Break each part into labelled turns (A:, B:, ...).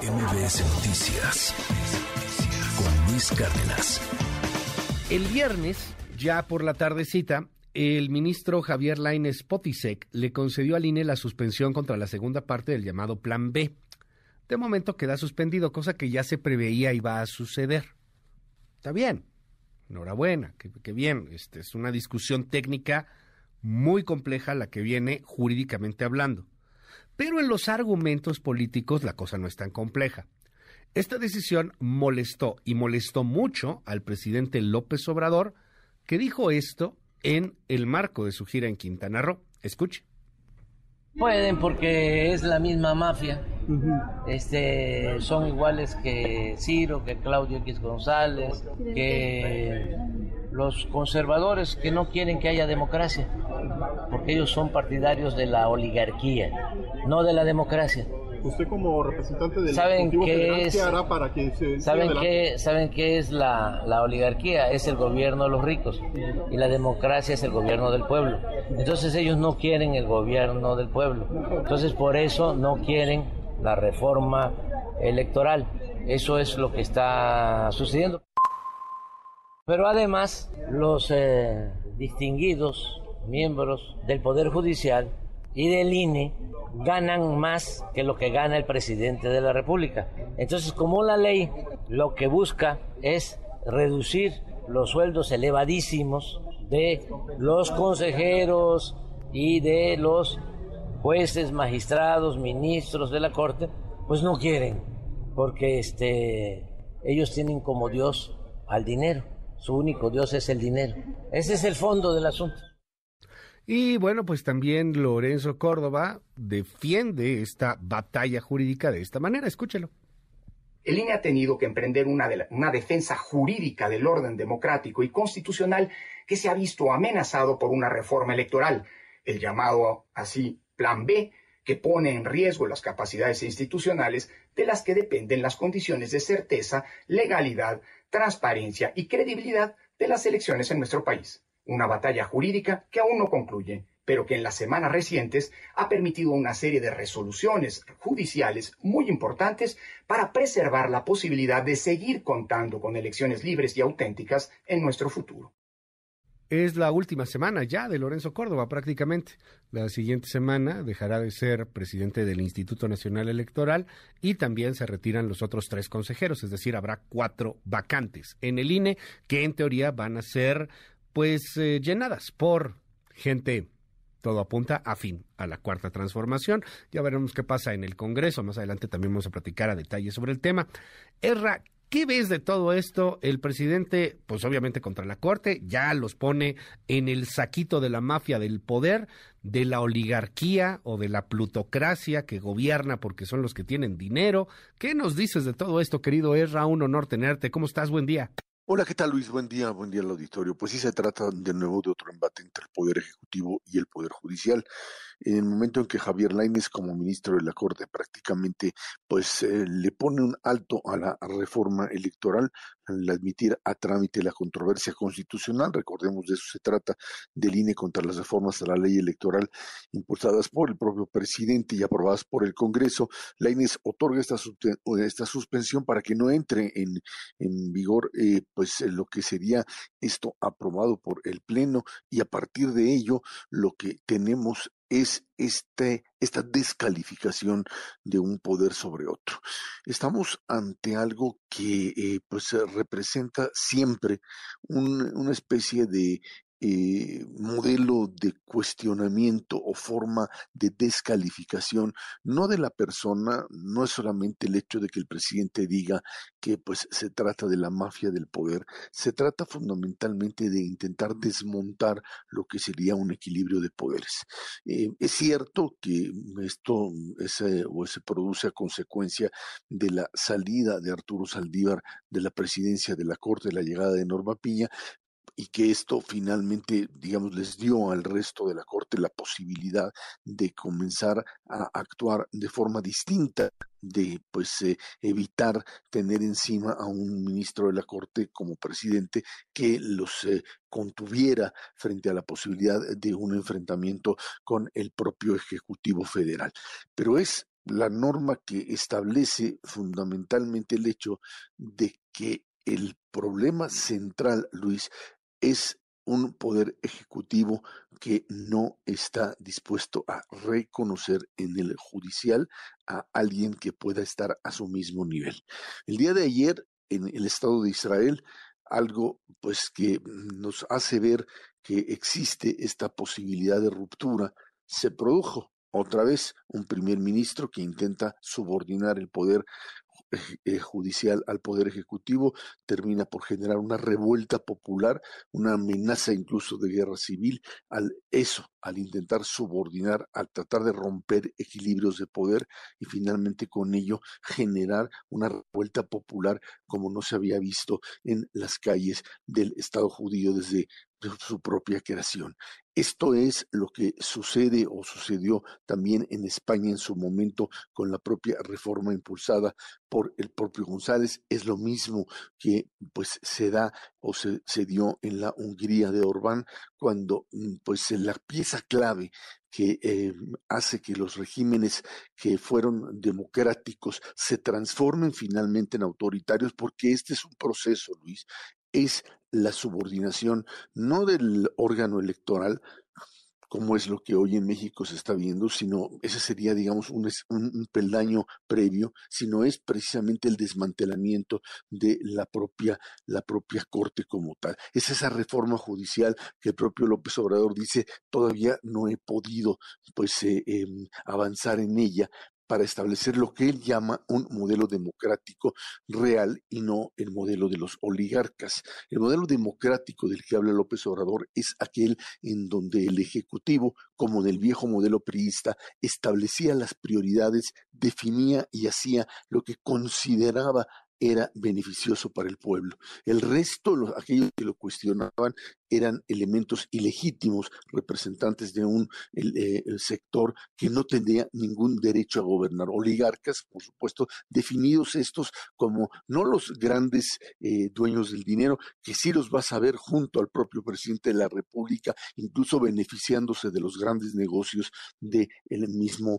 A: MBS Noticias con Luis Cárdenas.
B: El viernes, ya por la tardecita, el ministro Javier Lainez Potisek le concedió al INE la suspensión contra la segunda parte del llamado Plan B. De momento queda suspendido, cosa que ya se preveía iba a suceder. Está bien, enhorabuena, que bien. Es una discusión técnica muy compleja la que viene jurídicamente hablando. Pero en los argumentos políticos la cosa no es tan compleja. Esta decisión molestó mucho al presidente López Obrador, que dijo esto en el marco de su gira en Quintana Roo. Escuche.
C: Pueden porque es la misma mafia. Son iguales que Ciro, que Claudio X González, que los conservadores que no quieren que haya democracia, porque ellos son partidarios de la oligarquía, no de la democracia.
D: Usted como representante del
C: ¿Saben
D: Ejecutivo Federal,
C: qué
D: ¿qué hará para que se
C: ¿Saben qué es la oligarquía? Es el gobierno de los ricos y la democracia es el gobierno del pueblo. Entonces ellos no quieren el gobierno del pueblo. Entonces por eso no quieren la reforma electoral. Eso es lo que está sucediendo. Pero además los distinguidos miembros del Poder Judicial y del INE ganan más que lo que gana el presidente de la República. Entonces, como la ley lo que busca es reducir los sueldos elevadísimos de los consejeros y de los jueces, magistrados, ministros de la Corte, pues no quieren, porque ellos tienen como Dios al dinero. Su único Dios es el dinero. Ese es el fondo del asunto.
B: Y bueno, pues también Lorenzo Córdoba defiende esta batalla jurídica de esta manera. Escúchelo.
E: El INE ha tenido que emprender una defensa jurídica del orden democrático y constitucional que se ha visto amenazado por una reforma electoral, el llamado así Plan B, que pone en riesgo las capacidades institucionales de las que dependen las condiciones de certeza, legalidad, transparencia y credibilidad de las elecciones en nuestro país. Una batalla jurídica que aún no concluye, pero que en las semanas recientes ha permitido una serie de resoluciones judiciales muy importantes para preservar la posibilidad de seguir contando con elecciones libres y auténticas en nuestro futuro.
B: Es la última semana ya de Lorenzo Córdoba prácticamente. La siguiente semana dejará de ser presidente del Instituto Nacional Electoral y también se retiran los otros 3 consejeros, es decir, habrá 4 vacantes en el INE que en teoría van a ser llenadas por gente, todo apunta, afín a la Cuarta Transformación. Ya veremos qué pasa en el Congreso. Más adelante también vamos a platicar a detalle sobre el tema. Erra, ¿qué ves de todo esto? El presidente, pues obviamente contra la Corte, ya los pone en el saquito de la mafia del poder, de la oligarquía o de la plutocracia que gobierna porque son los que tienen dinero. ¿Qué nos dices de todo esto, querido Erra? Un honor tenerte. ¿Cómo estás? Buen día.
F: Hola, ¿qué tal, Luis? Buen día al auditorio. Pues sí, se trata de nuevo de otro embate entre el Poder Ejecutivo y el Poder Judicial. En el momento en que Javier Lainez, como ministro de la Corte, prácticamente le pone un alto a la reforma electoral al admitir a trámite la controversia constitucional. Recordemos, de eso se trata, del INE contra las reformas a la ley electoral impulsadas por el propio presidente y aprobadas por el Congreso. Lainez otorga esta suspensión para que no entre en vigor lo que sería esto aprobado por el Pleno, y a partir de ello lo que tenemos es esta descalificación de un poder sobre otro. Estamos ante algo que representa siempre una especie de modelo de cuestionamiento o forma de descalificación, no de la persona. No es solamente el hecho de que el presidente diga que se trata de la mafia del poder, se trata fundamentalmente de intentar desmontar lo que sería un equilibrio de poderes. Es cierto que esto se produce a consecuencia de la salida de Arturo Saldívar de la presidencia de la Corte, de la llegada de Norma Piña, y que esto finalmente, les dio al resto de la Corte la posibilidad de comenzar a actuar de forma distinta, de evitar tener encima a un ministro de la Corte como presidente que los contuviera frente a la posibilidad de un enfrentamiento con el propio Ejecutivo Federal. Pero es la norma que establece fundamentalmente el hecho de que el problema central, Luis, es un poder ejecutivo que no está dispuesto a reconocer en el judicial a alguien que pueda estar a su mismo nivel. El día de ayer, en el Estado de Israel, algo pues que nos hace ver que existe esta posibilidad de ruptura, se produjo otra vez un primer ministro que intenta subordinar el poder judicial al poder ejecutivo, termina por generar una revuelta popular, una amenaza incluso de guerra civil, al intentar subordinar, al tratar de romper equilibrios de poder y finalmente con ello generar una revuelta popular como no se había visto en las calles del Estado judío desde su propia creación. Esto es lo que sucede o sucedió también en España en su momento con la propia reforma impulsada por el propio González. Es lo mismo que pues se da o se dio en la Hungría de Orbán, cuando pues la pieza clave que hace que los regímenes que fueron democráticos se transformen finalmente en autoritarios, porque este es un proceso, Luis, es la subordinación no del órgano electoral, como es lo que hoy en México se está viendo, sino ese sería, digamos, un peldaño previo, sino es precisamente el desmantelamiento de la propia Corte como tal. Es esa reforma judicial que el propio López Obrador dice, todavía no he podido avanzar en ella, para establecer lo que él llama un modelo democrático real y no el modelo de los oligarcas. El modelo democrático del que habla López Obrador es aquel en donde el Ejecutivo, como del viejo modelo priista, establecía las prioridades, definía y hacía lo que consideraba era beneficioso para el pueblo. El resto, aquellos que lo cuestionaban, eran elementos ilegítimos, representantes de el sector que no tenía ningún derecho a gobernar. Oligarcas, por supuesto, definidos estos como no los grandes dueños del dinero, que sí los vas a ver junto al propio presidente de la República, incluso beneficiándose de los grandes negocios del mismo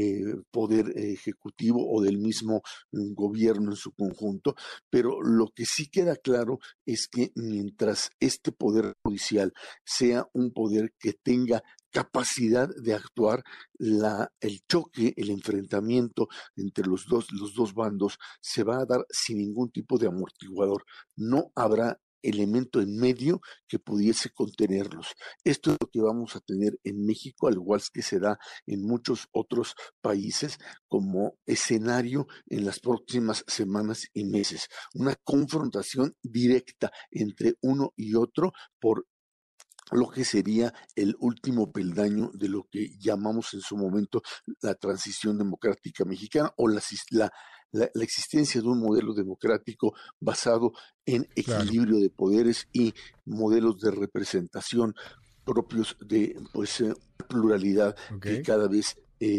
F: poder ejecutivo o del mismo gobierno en su conjunto, pero lo que sí queda claro es que mientras este poder judicial sea un poder que tenga capacidad de actuar, el choque, el enfrentamiento entre los dos bandos se va a dar sin ningún tipo de amortiguador. No habrá elemento en medio que pudiese contenerlos. Esto es lo que vamos a tener en México, al igual que se da en muchos otros países, como escenario en las próximas semanas y meses. Una confrontación directa entre uno y otro por lo que sería el último peldaño de lo que llamamos en su momento la transición democrática mexicana o la existencia de un modelo democrático basado en equilibrio de poderes y modelos de representación propios de pluralidad que cada vez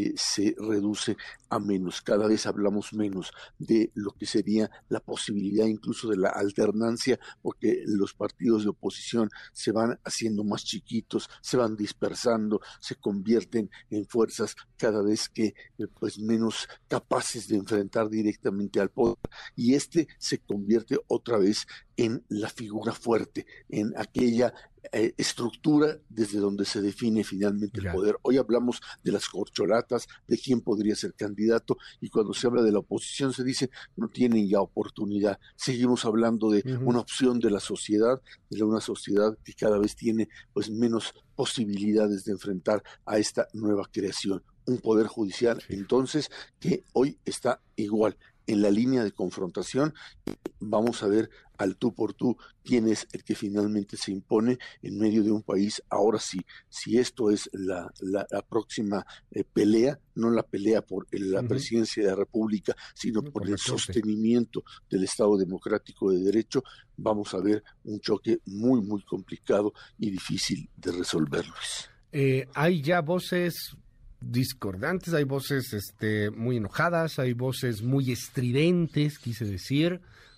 F: se reduce a menos. Cada vez hablamos menos de lo que sería la posibilidad incluso de la alternancia, porque los partidos de oposición se van haciendo más chiquitos, se van dispersando, se convierten en fuerzas cada vez que menos capaces de enfrentar directamente al poder, y este se convierte otra vez en la figura fuerte, en aquella estructura desde donde se define finalmente el poder. Hoy hablamos de las corcholatas, de quién podría ser candidato, y cuando se habla de la oposición se dice no tienen ya oportunidad. Seguimos hablando de una opción de la sociedad, de una sociedad que cada vez tiene menos posibilidades de enfrentar a esta nueva creación. Un poder judicial entonces que hoy está igual en la línea de confrontación. Vamos a ver al tú por tú quién es el que finalmente se impone en medio de un país. Ahora sí, si esto es la próxima pelea, no la pelea por la presidencia de la República, sino por el sostenimiento del Estado democrático de derecho, vamos a ver un choque muy, muy complicado y difícil de resolver, Luis.
B: Hay ya voces discordantes, hay voces muy enojadas, hay voces muy estridentes, quise decir,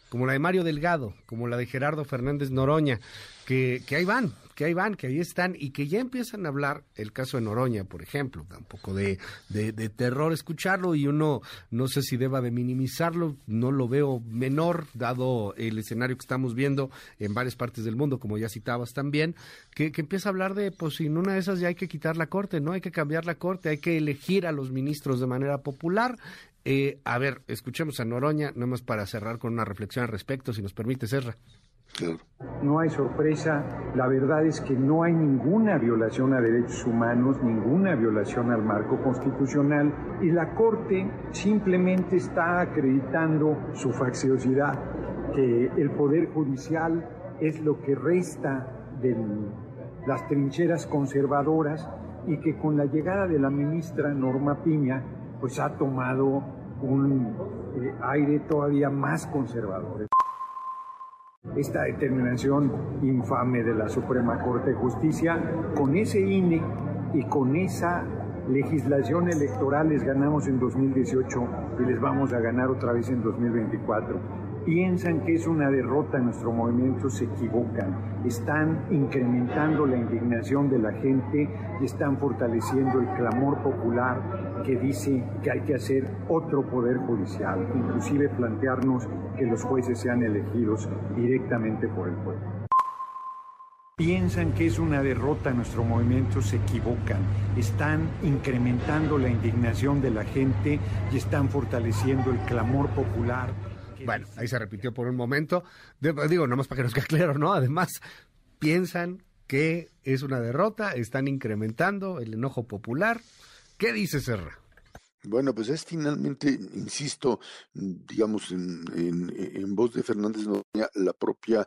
B: como la de Mario Delgado, como la de Gerardo Fernández Noroña, que ahí van, que ahí están, y que ya empiezan a hablar, el caso de Noroña, por ejemplo, da un poco de terror escucharlo, y uno no sé si deba de minimizarlo, no lo veo menor, dado el escenario que estamos viendo en varias partes del mundo, como ya citabas también, que empieza a hablar de, pues en una de esas ya hay que quitar la Corte, ¿no? Hay que cambiar la Corte, hay que elegir a los ministros de manera popular. A ver, escuchemos a Noroña, nada más para cerrar con una reflexión al respecto, si nos permite, Serra.
F: Claro.
G: No hay sorpresa, la verdad es que no hay ninguna violación a derechos humanos, ninguna violación al marco constitucional, y la Corte simplemente está acreditando su facciosidad, que el Poder Judicial es lo que resta de las trincheras conservadoras, y que con la llegada de la ministra Norma Piña pues ha tomado un aire todavía más conservador. Esta determinación infame de la Suprema Corte de Justicia, con ese INE y con esa legislación electoral les ganamos en 2018 y les vamos a ganar otra vez en 2024. Piensan que es una derrota en nuestro movimiento, se equivocan. Están incrementando la indignación de la gente y están fortaleciendo el clamor popular que dice que hay que hacer otro poder judicial, inclusive plantearnos que los jueces sean elegidos directamente por el pueblo. Piensan que es una derrota en nuestro movimiento, se equivocan. Están incrementando la indignación de la gente y están fortaleciendo el clamor popular.
B: Bueno, ahí se repitió por un momento. Digo, nomás para que nos quede claro, ¿no? Además, piensan que es una derrota, están incrementando el enojo popular. ¿Qué dice Serra?
F: Bueno, pues es finalmente, insisto, digamos, en voz de Fernández Noroña, la propia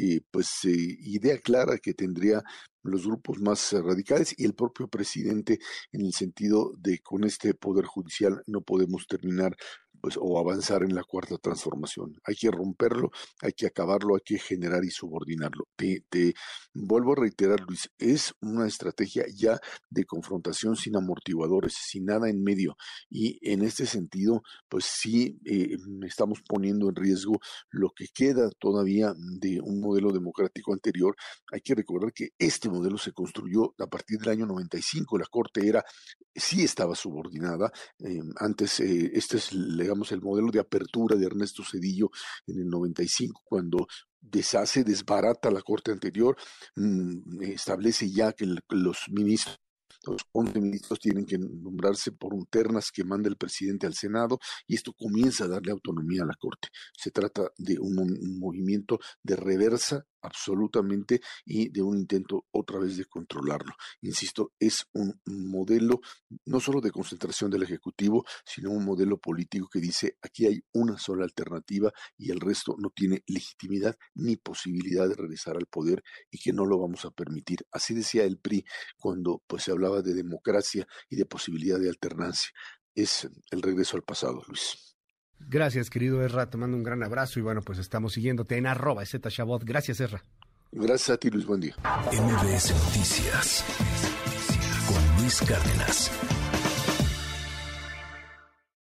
F: idea clara que tendría los grupos más radicales y el propio presidente, en el sentido de con este poder judicial no podemos terminar o avanzar en la cuarta transformación. Hay que romperlo, hay que acabarlo, hay que generar y subordinarlo. Te vuelvo a reiterar, Luis, es una estrategia ya de confrontación sin amortiguadores, sin nada en medio, y en este sentido, pues sí, estamos poniendo en riesgo lo que queda todavía de un modelo democrático anterior. Hay que recordar que este modelo se construyó a partir del año 95, la Corte sí estaba subordinada, antes este es, digamos, el modelo de apertura de Ernesto Zedillo en el 95, cuando desbarata la Corte anterior, establece ya que los 11 ministros tienen que nombrarse por ternas que manda el presidente al Senado, y esto comienza a darle autonomía a la Corte. Se trata de un movimiento de reversa absolutamente y de un intento otra vez de controlarlo. Insisto, es un modelo no solo de concentración del Ejecutivo, sino un modelo político que dice aquí hay una sola alternativa y el resto no tiene legitimidad ni posibilidad de regresar al poder, y que no lo vamos a permitir. Así decía el PRI cuando pues se hablaba de democracia y de posibilidad de alternancia. Es el regreso al pasado, Luis.
B: Gracias, querido Ezra, te mando un gran abrazo y bueno, pues estamos siguiéndote en @ZChabot. Gracias, Ezra.
F: Gracias a ti, Luis, buen día.
A: MBS Noticias con Luis Cárdenas.